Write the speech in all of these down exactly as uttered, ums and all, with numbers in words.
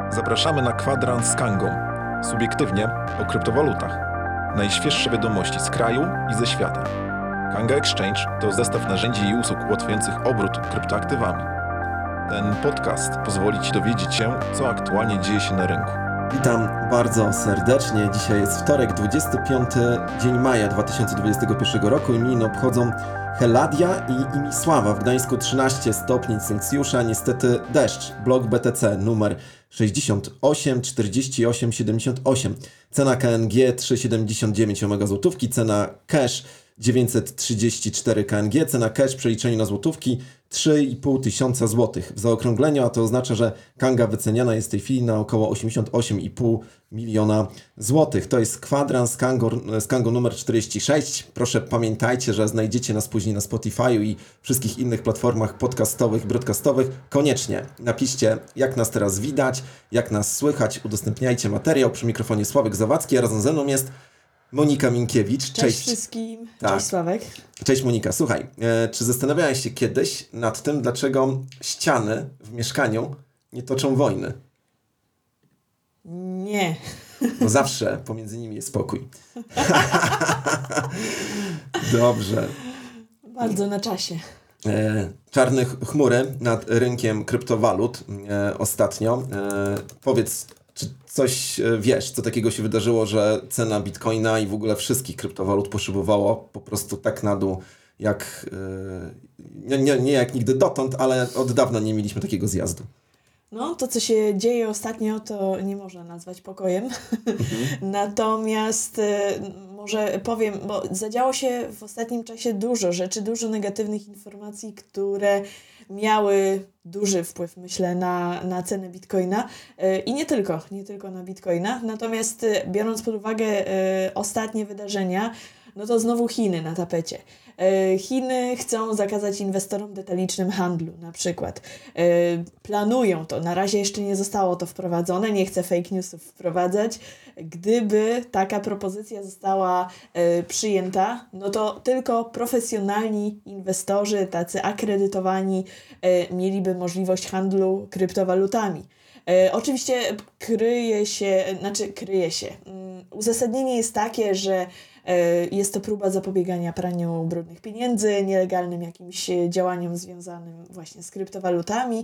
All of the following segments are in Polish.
Zapraszamy na kwadrans z Kangą. Subiektywnie o kryptowalutach. Najświeższe wiadomości z kraju i ze świata. Kanga Exchange to zestaw narzędzi i usług ułatwiających obrót kryptoaktywami. Ten podcast pozwoli Ci dowiedzieć się, co aktualnie dzieje się na rynku. Witam bardzo serdecznie. Dzisiaj jest wtorek, dwudziesty piąty dzień maja dwa tysiące dwudziestego pierwszego roku. Imieniny obchodzą Heladia i Imisława. W Gdańsku trzynaście stopni Celsjusza. Niestety deszcz. Blok B T C numer sześćdziesiąt osiem czterdzieści osiem siedemdziesiąt osiem. Cena K N G trzy przecinek siedemdziesiąt dziewięć omega złotówki. Cena cash dziewięćset trzydzieści cztery K N G. Cena cash w przeliczeniu na złotówki trzy i pół tysiąca złotych. W zaokrągleniu, a to oznacza, że Kanga wyceniana jest w tej chwili na około osiemdziesiąt osiem i pół miliona złotych. To jest kwadrans z Kangą, z Kangą numer czterdzieści sześć. Proszę pamiętajcie, że znajdziecie nas później na Spotify'u i wszystkich innych platformach podcastowych, broadcastowych. Koniecznie napiszcie, jak nas teraz widać, jak nas słychać. Udostępniajcie materiał. Przy mikrofonie Sławek Zawadzki, a razem ze mną jest Monika Minkiewicz. Cześć, Cześć wszystkim. Tak. Cześć Sławek. Cześć Monika. Słuchaj, e, czy zastanawiałeś się kiedyś nad tym, dlaczego ściany w mieszkaniu nie toczą wojny? Nie. Bo zawsze pomiędzy nimi jest spokój. Dobrze. Bardzo na czasie. E, czarne ch- chmury nad rynkiem kryptowalut e, ostatnio. E, powiedz, czy coś e, wiesz, co takiego się wydarzyło, że cena bitcoina i w ogóle wszystkich kryptowalut poszybowało po prostu tak na dół, jak e, nie, nie, nie jak nigdy dotąd, ale od dawna nie mieliśmy takiego zjazdu. No, to co się dzieje ostatnio, to nie można nazwać pokojem. Mhm. Natomiast y, może powiem, bo zadziało się w ostatnim czasie dużo rzeczy, dużo negatywnych informacji, które miały duży wpływ, myślę, na, na cenę bitcoina y, i nie tylko, nie tylko na bitcoina. Natomiast y, biorąc pod uwagę y, ostatnie wydarzenia, no to znowu Chiny na tapecie. Chiny chcą zakazać inwestorom detalicznym handlu na przykład. Planują to, na razie jeszcze nie zostało to wprowadzone, nie chcę fake newsów wprowadzać. Gdyby taka propozycja została przyjęta, no to tylko profesjonalni inwestorzy, tacy akredytowani, mieliby możliwość handlu kryptowalutami. Oczywiście kryje się, znaczy kryje się. Uzasadnienie jest takie, że jest to próba zapobiegania praniu brudnych pieniędzy, nielegalnym jakimś działaniom związanym właśnie z kryptowalutami,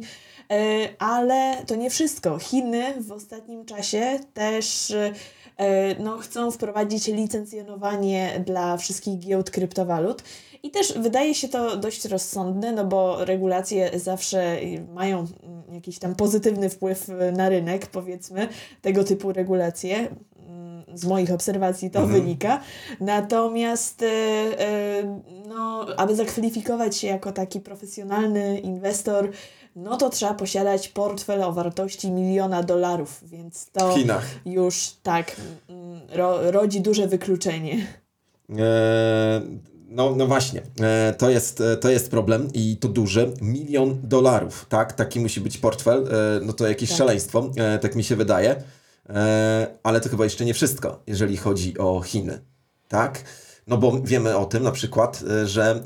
ale to nie wszystko. Chiny w ostatnim czasie też no, chcą wprowadzić licencjonowanie dla wszystkich giełd kryptowalut. I też wydaje się to dość rozsądne, no bo regulacje zawsze mają jakiś tam pozytywny wpływ na rynek, powiedzmy, tego typu regulacje. Z moich obserwacji to mhm. wynika. Natomiast yy, yy, no, aby zakwalifikować się jako taki profesjonalny inwestor, no to trzeba posiadać portfel o wartości miliona dolarów, więc to w Chinach już tak ro, rodzi duże wykluczenie. Eee, no, no właśnie, eee, to, jest, to jest problem i to duży, milion dolarów, tak? Taki musi być portfel, eee, no to jakieś tak. szaleństwo, eee, tak mi się wydaje. Ale to chyba jeszcze nie wszystko, jeżeli chodzi o Chiny, tak? No bo wiemy o tym na przykład, że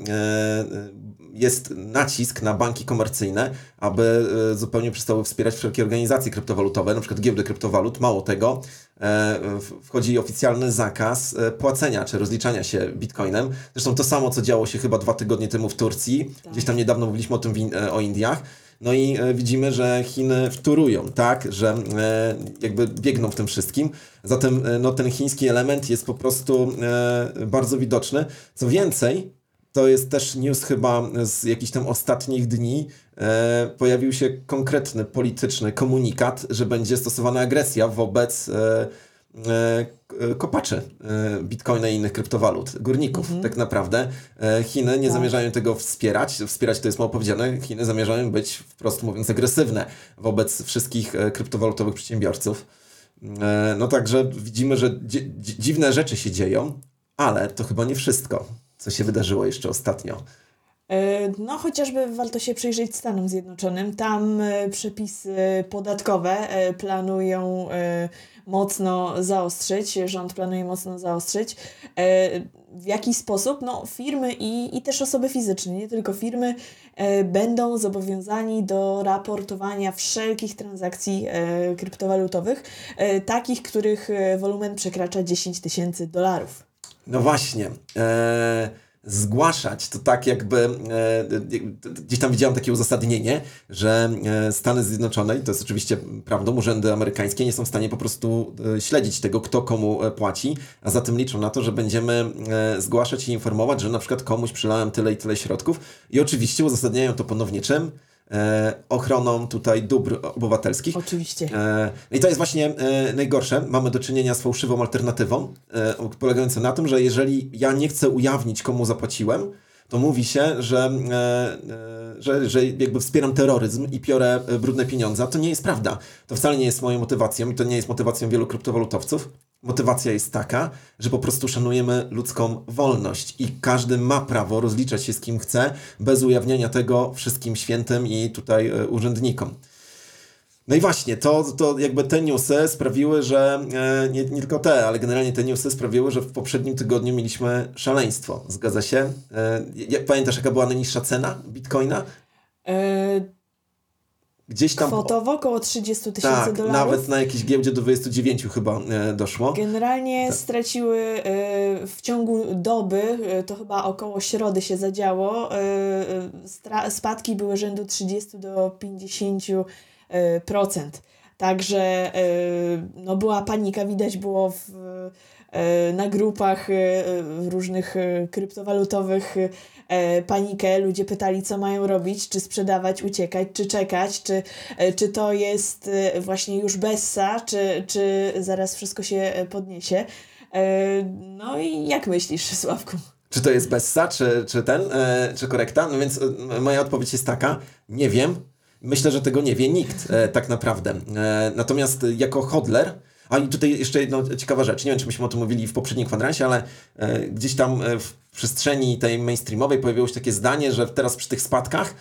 jest nacisk na banki komercyjne, aby zupełnie przestały wspierać wszelkie organizacje kryptowalutowe, na przykład giełdy kryptowalut. Mało tego, wchodzi oficjalny zakaz płacenia czy rozliczania się bitcoinem. Zresztą to samo, co działo się chyba dwa tygodnie temu w Turcji. Tak. Gdzieś tam niedawno mówiliśmy o tym o Indiach. No i e, widzimy, że Chiny wtórują, tak, że e, jakby biegną w tym wszystkim. Zatem e, no, ten chiński element jest po prostu e, bardzo widoczny. Co więcej, to jest też news chyba z jakichś tam ostatnich dni, e, pojawił się konkretny polityczny komunikat, że będzie stosowana agresja wobec e, e, kopaczy e, bitcoina i innych kryptowalut, górników. Mhm. Tak naprawdę e, Chiny nie tak. zamierzają tego wspierać. Wspierać to jest mało powiedziane. Chiny zamierzają być, wprost mówiąc, agresywne wobec wszystkich e, kryptowalutowych przedsiębiorców. E, no także widzimy, że dzi- dzi- dziwne rzeczy się dzieją, ale to chyba nie wszystko, co się wydarzyło jeszcze ostatnio. No chociażby warto się przyjrzeć Stanom Zjednoczonym. Tam e, przepisy podatkowe e, planują e, mocno zaostrzyć, rząd planuje mocno zaostrzyć. E, w jaki sposób? No firmy i, i też osoby fizyczne, nie tylko firmy, e, będą zobowiązani do raportowania wszelkich transakcji e, kryptowalutowych, e, takich, których e, wolumen przekracza dziesięć tysięcy dolarów. No właśnie. E, zgłaszać to tak jakby e, gdzieś tam widziałem takie uzasadnienie, że e, Stany Zjednoczone, i to jest oczywiście prawdą, urzędy amerykańskie nie są w stanie po prostu e, śledzić tego, kto komu e, płaci, a zatem liczą na to, że będziemy e, zgłaszać i informować, że na przykład komuś przylałem tyle i tyle środków i oczywiście uzasadniają to ponownie czym? E, ochroną tutaj dóbr obywatelskich. Oczywiście. E, I to jest właśnie e, najgorsze. Mamy do czynienia z fałszywą alternatywą, e, polegającą na tym, że jeżeli ja nie chcę ujawnić, komu zapłaciłem, to mówi się, że, e, e, że, że jakby wspieram terroryzm i piorę brudne pieniądze. A to nie jest prawda. To wcale nie jest moją motywacją i to nie jest motywacją wielu kryptowalutowców. Motywacja jest taka, że po prostu szanujemy ludzką wolność i każdy ma prawo rozliczać się z kim chce, bez ujawniania tego wszystkim świętym i tutaj e, urzędnikom. No i właśnie, to, to jakby te newsy sprawiły, że e, nie, nie tylko te, ale generalnie te newsy sprawiły, że w poprzednim tygodniu mieliśmy szaleństwo. Zgadza się? E, jak, pamiętasz, jaka była najniższa cena Bitcoina? Yy... Gdzieś tam... Kwotowo około trzydzieści tysięcy tak, dolarów. nawet na jakiejś giełdzie do dwudziestu dziewięciu chyba e, doszło. Generalnie tak. straciły y, w ciągu doby, y, to chyba około środy się zadziało, y, y, stra- spadki były rzędu trzydzieści do pięćdziesięciu procent. Także y, no była panika, widać było w, y, na grupach y, y, różnych y, kryptowalutowych y, panikę. Ludzie pytali, co mają robić, czy sprzedawać, uciekać, czy czekać, czy, czy to jest właśnie już bessa, czy, czy zaraz wszystko się podniesie. No i jak myślisz, Sławku? Czy to jest bessa, czy, czy ten, e, czy korekta? No więc e, moja odpowiedź jest taka, nie wiem. Myślę, że tego nie wie nikt e, tak naprawdę. E, natomiast jako hodler, a i tutaj jeszcze jedna ciekawa rzecz, nie wiem, czy myśmy o tym mówili w poprzednim kwadransie, ale e, gdzieś tam e, w przestrzeni tej mainstreamowej pojawiło się takie zdanie, że teraz przy tych spadkach,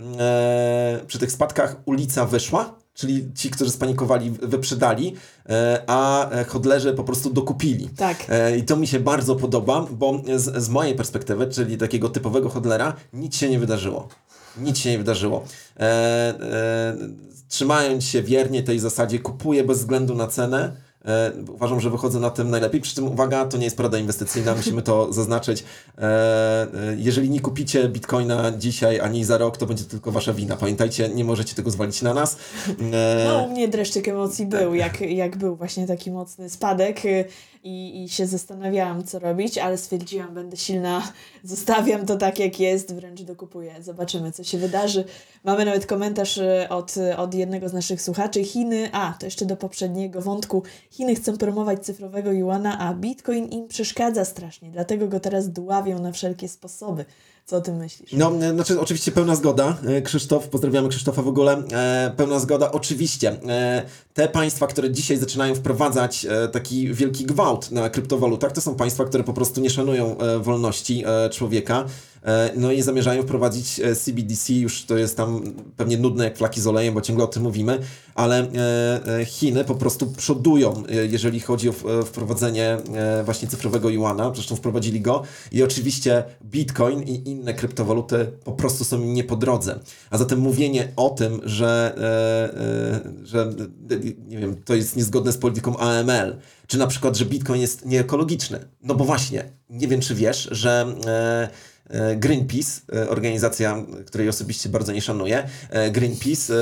e, przy tych spadkach ulica wyszła, czyli ci, którzy spanikowali, wyprzedali, e, a hodlerzy po prostu dokupili. Tak. E, I to mi się bardzo podoba, bo z, z mojej perspektywy, czyli takiego typowego hodlera, nic się nie wydarzyło. Nic się nie wydarzyło. E, e, trzymając się wiernie tej zasadzie, kupuję bez względu na cenę. E, uważam, że wychodzę na tym najlepiej. Przy czym uwaga, to nie jest porada inwestycyjna, musimy to zaznaczyć. E, e, jeżeli nie kupicie Bitcoina dzisiaj ani za rok, to będzie tylko wasza wina. Pamiętajcie, nie możecie tego zwalić na nas. E, no u mnie dreszczyk emocji był, jak, jak był właśnie taki mocny spadek i, i się zastanawiałam, co robić, ale stwierdziłam, będę silna, zostawiam to tak, jak jest, wręcz dokupuję. Zobaczymy, co się wydarzy. Mamy nawet komentarz od, od jednego z naszych słuchaczy. Chiny, a to jeszcze do poprzedniego wątku, Chiny chcą promować cyfrowego juana, a Bitcoin im przeszkadza strasznie, dlatego go teraz dławią na wszelkie sposoby. Co o tym myślisz? No, znaczy oczywiście pełna zgoda. Krzysztof, pozdrawiamy Krzysztofa w ogóle. E, pełna zgoda, oczywiście. E, te państwa, które dzisiaj zaczynają wprowadzać e, taki wielki gwałt na kryptowalutach, to są państwa, które po prostu nie szanują e, wolności e, człowieka. E, no i zamierzają wprowadzić e, C B D C, już to jest tam pewnie nudne jak flaki z olejem, bo ciągle o tym mówimy, ale e, e, Chiny po prostu przodują, e, jeżeli chodzi o w, e, wprowadzenie e, właśnie cyfrowego juana. Zresztą wprowadzili go i oczywiście Bitcoin i inne kryptowaluty po prostu są im nie po drodze. A zatem mówienie o tym, że, e, e, że nie wiem, to jest niezgodne z polityką A M L, czy na przykład, że Bitcoin jest nieekologiczny. No bo właśnie, nie wiem, czy wiesz, że e, Greenpeace, organizacja, której osobiście bardzo nie szanuję, Greenpeace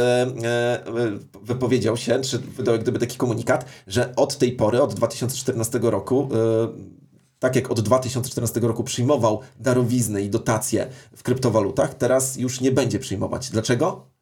wypowiedział się, czy wydał jak gdyby taki komunikat, że od tej pory, od dwa tysiące czternastego roku, tak jak od dwa tysiące czternastego roku przyjmował darowizny i dotacje w kryptowalutach, teraz już nie będzie przyjmować. Dlaczego?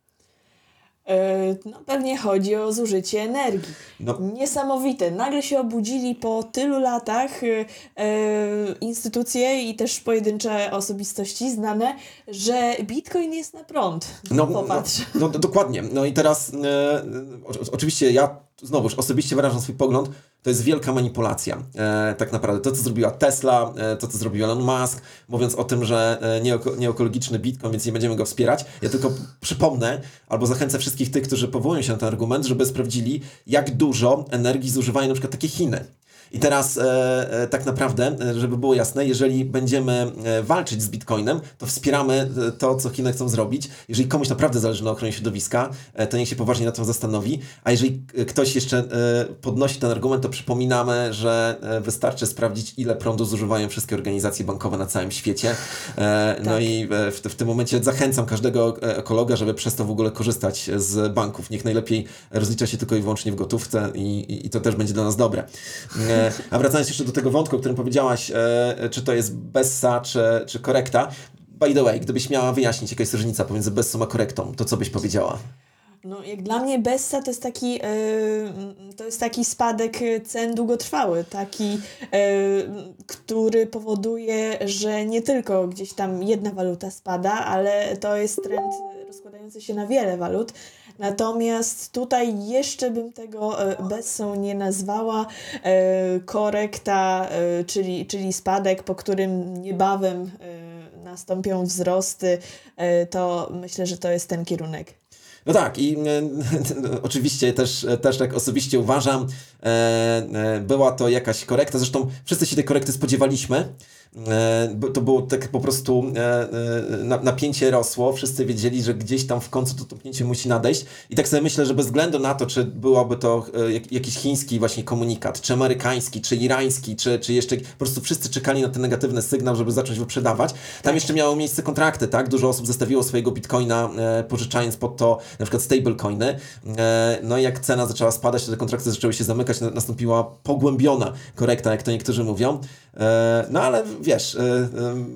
No pewnie chodzi o zużycie energii. No. Niesamowite. Nagle się obudzili po tylu latach yy, instytucje i też pojedyncze osobistości znane, że Bitcoin jest na prąd. No, Popatrz. No, no dokładnie. No i teraz e, o, oczywiście ja znowuż osobiście wyrażam swój pogląd. to jest wielka manipulacja. E, tak naprawdę to, co zrobiła Tesla, e, to, co zrobił Elon Musk, mówiąc o tym, że e, nieeko, nieekologiczny Bitcoin, więc nie będziemy go wspierać. Ja tylko przypomnę, albo zachęcę wszystkich tych, którzy powołują się na ten argument, żeby sprawdzili, jak dużo energii zużywają na przykład takie Chiny. I teraz e, e, tak naprawdę, żeby było jasne, jeżeli będziemy e, walczyć z Bitcoinem, to wspieramy e, to, co Chiny chcą zrobić. Jeżeli komuś naprawdę zależy na ochronie środowiska, e, to niech się poważnie nad tym zastanowi. A jeżeli k- ktoś jeszcze e, podnosi ten argument, to przypominamy, że e, wystarczy sprawdzić, ile prądu zużywają wszystkie organizacje bankowe na całym świecie. E, no Tak. i e, w, w tym momencie zachęcam każdego e, ekologa, żeby przestał w ogóle korzystać z banków. Niech najlepiej rozlicza się tylko i wyłącznie w gotówce i, i, i to też będzie dla nas dobre. E, A wracając jeszcze do tego wątku, o którym powiedziałaś, e, czy to jest Bessa, czy, czy korekta. By the way, gdybyś miała wyjaśnić, jaka jest różnica pomiędzy Bessą a korektą, to co byś powiedziała? No, jak dla mnie Bessa to jest taki, yy, to jest taki spadek cen długotrwały, taki, yy, który powoduje, że nie tylko gdzieś tam jedna waluta spada, ale to jest trend rozkładający się na wiele walut. Natomiast tutaj jeszcze bym tego e, Bessą nie nazwała. E, korekta, e, czyli, czyli spadek, po którym niebawem e, nastąpią wzrosty, e, to myślę, że to jest ten kierunek. No tak i e, oczywiście też, też tak osobiście uważam, e, e, była to jakaś korekta, zresztą wszyscy się tej korekty spodziewaliśmy. E, to było tak po prostu e, e, napięcie rosło, wszyscy wiedzieli, że gdzieś tam w końcu to topnięcie musi nadejść i tak sobie myślę, że bez względu na to, czy byłoby to e, jak, jakiś chiński właśnie komunikat, czy amerykański, czy irański, czy, czy jeszcze po prostu wszyscy czekali na ten negatywny sygnał, żeby zacząć wyprzedawać. Tam jeszcze miało miejsce kontrakty, tak? Dużo osób zostawiło swojego bitcoina e, pożyczając pod to na przykład stablecoiny. E, no i jak cena zaczęła spadać, to te kontrakty zaczęły się zamykać, na, nastąpiła pogłębiona korekta, jak to niektórzy mówią. E, no ale wiesz, e, e,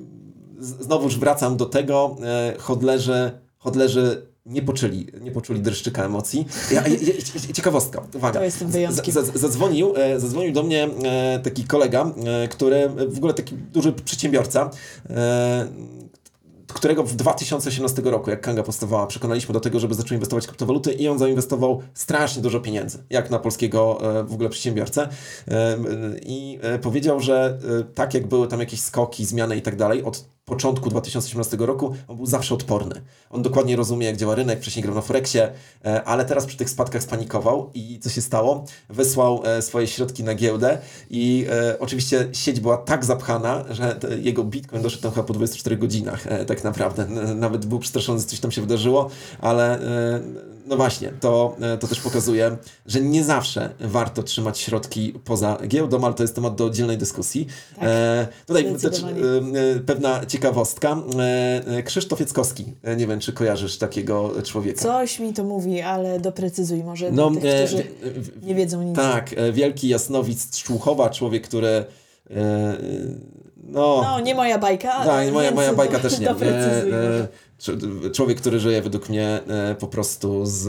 znowuż wracam do tego, e, hodlerzy, hodlerzy nie poczuli, nie poczuli dreszczyka emocji. Ja, ja, ja, ciekawostka, uwaga. To jest tym wyjątkiem. Z, z, zadzwonił, e, zadzwonił do mnie e, taki kolega, e, który w ogóle taki duży przedsiębiorca, e, którego w dwa tysiące osiemnastego roku, jak Kanga powstawała, przekonaliśmy do tego, żeby zaczął inwestować w kryptowaluty i on zainwestował strasznie dużo pieniędzy, jak na polskiego e, w ogóle przedsiębiorcę. E, I e, powiedział, że e, tak jak były tam jakieś skoki, zmiany i tak dalej, od początku dwa tysiące osiemnastego roku on był zawsze odporny. On dokładnie rozumie, jak działa rynek, wcześniej grał na Forexie, e, ale teraz przy tych spadkach spanikował i co się stało? Wysłał e, swoje środki na giełdę i e, oczywiście sieć była tak zapchana, że te, jego Bitcoin doszedł tam chyba po dwudziestu czterech godzinach, e, tak naprawdę. N- nawet był przestraszony, że coś tam się wydarzyło, ale e, no właśnie, to, to też pokazuje, że nie zawsze warto trzymać środki poza giełdą, ale to jest temat do oddzielnej dyskusji. Tak, e, tutaj też zdecydowanie. e, pewna ciekawostka. E, Krzysztof Jackowski, e, nie wiem, czy kojarzysz takiego człowieka. Coś mi to mówi, ale doprecyzuj może No, tych, e, którzy w- nie wiedzą nic. Tak, e, wielki jasnowic z Człuchowa, człowiek, który e, no... No, nie moja bajka. Tak, moja, więc moja bajka też nie. doprecyzuj E, może. e, cz- człowiek, który żyje według mnie e, po prostu z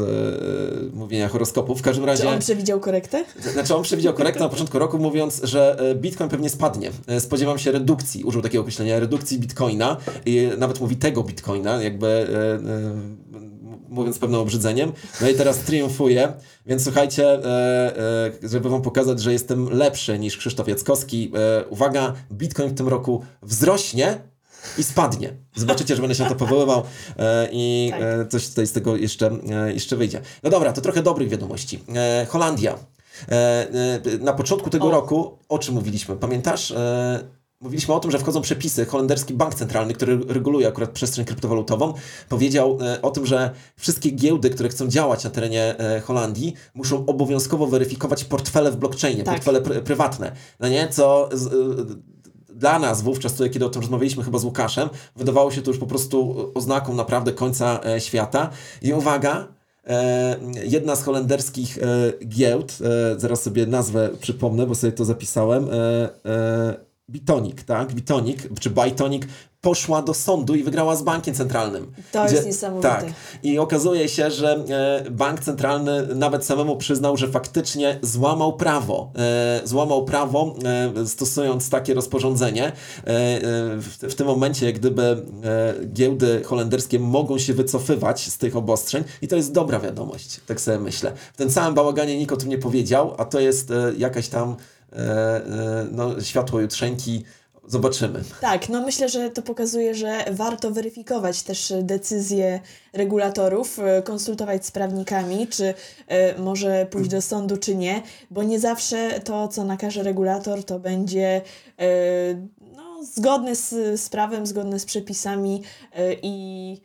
e, mówienia horoskopów. W każdym razie... Czy on przewidział korektę? Znaczy on przewidział korektę na początku roku, mówiąc, że e, Bitcoin pewnie spadnie. E, Spodziewam się redukcji, użył takiego określenia, redukcji Bitcoina i nawet mówi tego Bitcoina, jakby e, e, mówiąc z pewnym obrzydzeniem. No i teraz triumfuje, więc słuchajcie, e, e, żeby wam pokazać, że jestem lepszy niż Krzysztof Jackowski. E, uwaga, Bitcoin w tym roku wzrośnie i spadnie. Zobaczycie, że będę się na to powoływał e, i Tak. e, coś tutaj z tego jeszcze, e, jeszcze wyjdzie. No dobra, to trochę dobrych wiadomości. E, Holandia. E, e, na początku tego O. roku, o czym mówiliśmy? Pamiętasz? E, Mówiliśmy o tym, że wchodzą przepisy. Holenderski Bank Centralny, który reguluje akurat przestrzeń kryptowalutową, powiedział e, o tym, że wszystkie giełdy, które chcą działać na terenie e, Holandii, muszą obowiązkowo weryfikować portfele w blockchainie, Tak. portfele pr- prywatne. No nie? Co z, e, dla nas wówczas, tutaj, kiedy o tym rozmawialiśmy chyba z Łukaszem, wydawało się to już po prostu oznaką naprawdę końca e, świata. I uwaga, E, jedna z holenderskich e, giełd, e, zaraz sobie nazwę przypomnę, bo sobie to zapisałem, e, e, Bitonic, tak? Bitonic, czy Bytonic poszła do sądu i wygrała z bankiem centralnym. To jest niesamowite. Tak. I okazuje się, że e, bank centralny nawet samemu przyznał, że faktycznie złamał prawo. E, złamał prawo, e, stosując takie rozporządzenie. E, e, w, w tym momencie, jak gdyby e, giełdy holenderskie mogą się wycofywać z tych obostrzeń i to jest dobra wiadomość, tak sobie myślę. W tym całym bałaganie nikt o tym nie powiedział, a to jest e, jakaś tam e, e, no, światło jutrzenki. Zobaczymy. Tak, no myślę, że to pokazuje, że warto weryfikować też decyzje regulatorów, e, konsultować z prawnikami, czy e, może pójść do sądu, czy nie, bo nie zawsze to, co nakaże regulator, to będzie e, no, zgodne z, z prawem, zgodne z przepisami e, i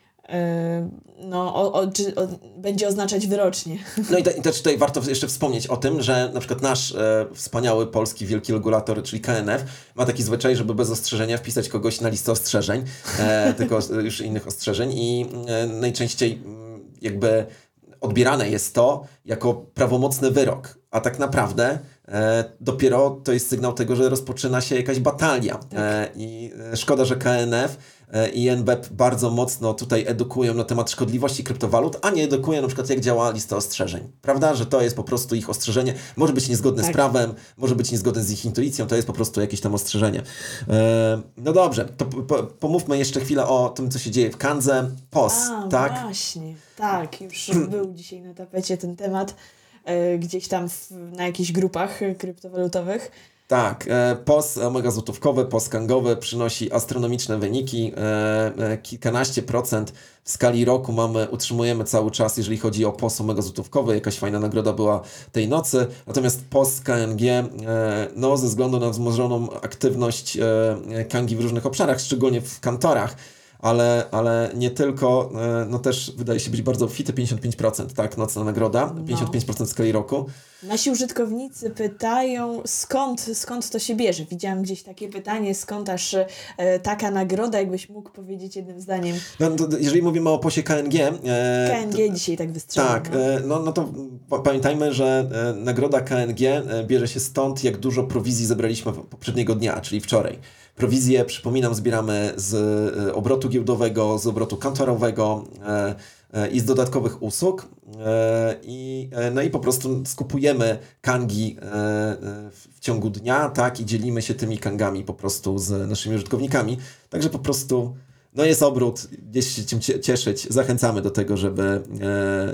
e, no, o, o, czy, o, będzie oznaczać wyrocznie. No i, te, i też tutaj warto jeszcze wspomnieć o tym, że na przykład nasz e, wspaniały polski wielki regulator, czyli K N F, ma taki zwyczaj, żeby bez ostrzeżenia wpisać kogoś na listę ostrzeżeń, e, tylko już innych ostrzeżeń i e, najczęściej m, jakby odbierane jest to jako prawomocny wyrok, a tak naprawdę e, dopiero to jest sygnał tego, że rozpoczyna się jakaś batalia e, i e, szkoda, że K N F i N B P bardzo mocno tutaj edukują na temat szkodliwości kryptowalut, a nie edukują na przykład jak działa lista ostrzeżeń. Prawda? Że to jest po prostu ich ostrzeżenie. Może być niezgodne Tak. z prawem, może być niezgodne z ich intuicją, to jest po prostu jakieś tam ostrzeżenie. E, no dobrze, to po, pomówmy jeszcze chwilę o tym, co się dzieje w Kandze. P O S, A, tak? właśnie. Tak, już był dzisiaj na tapecie ten temat, e, gdzieś tam w, na jakichś grupach e, kryptowalutowych. Tak, e, P O S mega złotówkowy, P O S kangowy przynosi astronomiczne wyniki, e, e, kilkanaście procent w skali roku mamy, utrzymujemy cały czas, jeżeli chodzi o P O S mega złotówkowy, jakaś fajna nagroda była tej nocy, natomiast P O S K N G, e, no ze względu na wzmożoną aktywność e, Kangi w różnych obszarach, szczególnie w kantorach, ale, ale nie tylko, e, no też wydaje się być bardzo obfite, pięćdziesiąt pięć procent, tak, nocna nagroda, pięćdziesiąt pięć procent w skali roku. Nasi użytkownicy pytają, skąd, skąd to się bierze. Widziałam gdzieś takie pytanie, skąd aż e, taka nagroda, jakbyś mógł powiedzieć jednym zdaniem. No, to, jeżeli mówimy o P O S-ie K N G... E, K N G dzisiaj tak wystrzelił. Tak, no. e, no, no to pa- pamiętajmy, że e, nagroda K N G e, bierze się stąd, jak dużo prowizji zebraliśmy poprzedniego dnia, czyli wczoraj. Prowizję, przypominam, zbieramy z e, obrotu giełdowego, z obrotu kantorowego e, e, i z dodatkowych usług. E, i, e, no i po prostu skupujemy kangi e, e, w ciągu dnia, tak, i dzielimy się tymi kangami po prostu z naszymi użytkownikami. Także po prostu no jest obrót, gdzieś się tym cie- cieszyć. Zachęcamy do tego, żeby, e,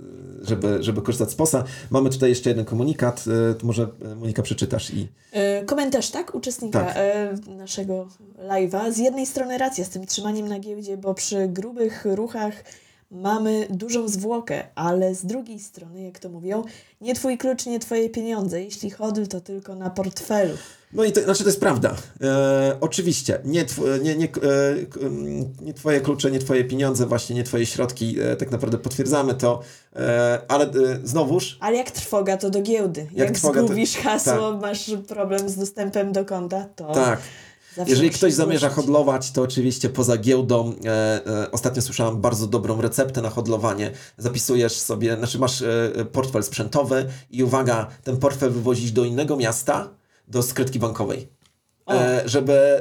żeby, żeby korzystać z P O S-a. Mamy tutaj jeszcze jeden komunikat. E, to może e, Monika przeczytasz i... E, Komentarz, tak? Uczestnika Tak. e, naszego live'a. Z jednej strony racja z tym trzymaniem na giełdzie, bo przy grubych ruchach mamy dużą zwłokę, ale z drugiej strony, jak to mówią, nie twój klucz, nie twoje pieniądze. Jeśli hodl, to tylko na portfelu. No i to, znaczy to jest prawda. E, oczywiście, nie, tw- nie, nie, e, k- m, nie twoje klucze, nie twoje pieniądze, właśnie nie twoje środki, e, tak naprawdę potwierdzamy to, e, ale e, znowuż, Ale jak trwoga, to do giełdy. Jak, trwoga, to- zgubisz hasło, masz problem z dostępem do konta, to tak. zawsze Jeżeli musisz ktoś zamierza zgłosić. hodlować, to oczywiście poza giełdą, e, e, ostatnio słyszałam bardzo dobrą receptę na hodlowanie. Zapisujesz sobie, znaczy masz e, portfel sprzętowy i uwaga, ten portfel wywozisz do innego miasta, do skrytki bankowej. E, żeby e,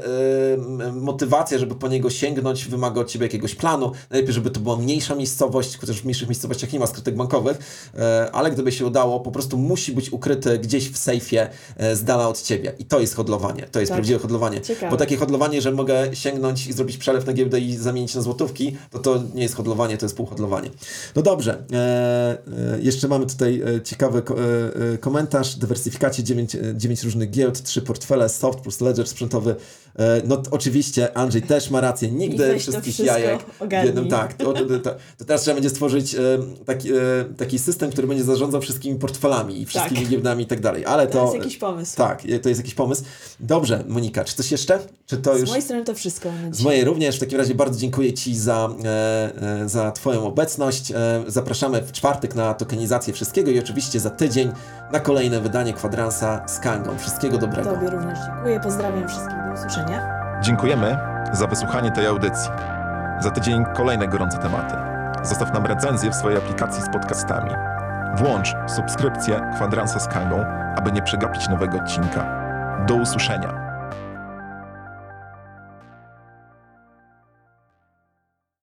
m- motywacja, żeby po niego sięgnąć, wymaga od ciebie jakiegoś planu. Najlepiej, żeby to była mniejsza miejscowość, chociaż w mniejszych miejscowościach nie ma skrytek bankowych, e, ale gdyby się udało, po prostu musi być ukryty gdzieś w sejfie e, z dala od ciebie. I to jest hodlowanie. To jest Tak. prawdziwe hodlowanie. Ciekawe. Bo takie hodlowanie, że mogę sięgnąć i zrobić przelew na giełdę i zamienić na złotówki, to to nie jest hodlowanie, to jest półhodlowanie. No dobrze. E, e, jeszcze mamy tutaj e, ciekawy ko- e, e, komentarz. Dywersyfikacie dziewięć różnych giełd, trzy portfele, soft plus ledger sprzętowy. E, no t- oczywiście Andrzej też ma rację. I Nigdy weź to wszystkich wszystko jajek w ogarnij. jednym. Tak. To, to, to, to teraz trzeba będzie stworzyć e, taki, e, taki system, który będzie zarządzał wszystkimi portfelami i wszystkimi Tak. giełdami i tak dalej. Ale to... To jest jakiś pomysł. Tak, to jest jakiś pomysł. Dobrze, Monika, czy coś jeszcze? Czy to Z już... mojej strony to wszystko. na Z dzisiaj. mojej również. W takim razie bardzo dziękuję Ci za, e, e, za Twoją obecność. E, zapraszamy w czwartek na tokenizację wszystkiego i oczywiście za tydzień na kolejne wydanie Kwadransa z Kangą. Wszystkiego dobrego. Tobie również dziękuję. Pozdrawiam wszystkich. Do usłyszenia. Dziękujemy za wysłuchanie tej audycji. Za tydzień kolejne gorące tematy. Zostaw nam recenzję w swojej aplikacji z podcastami. Włącz subskrypcję Kwadransa z Kangą, aby nie przegapić nowego odcinka. Do usłyszenia.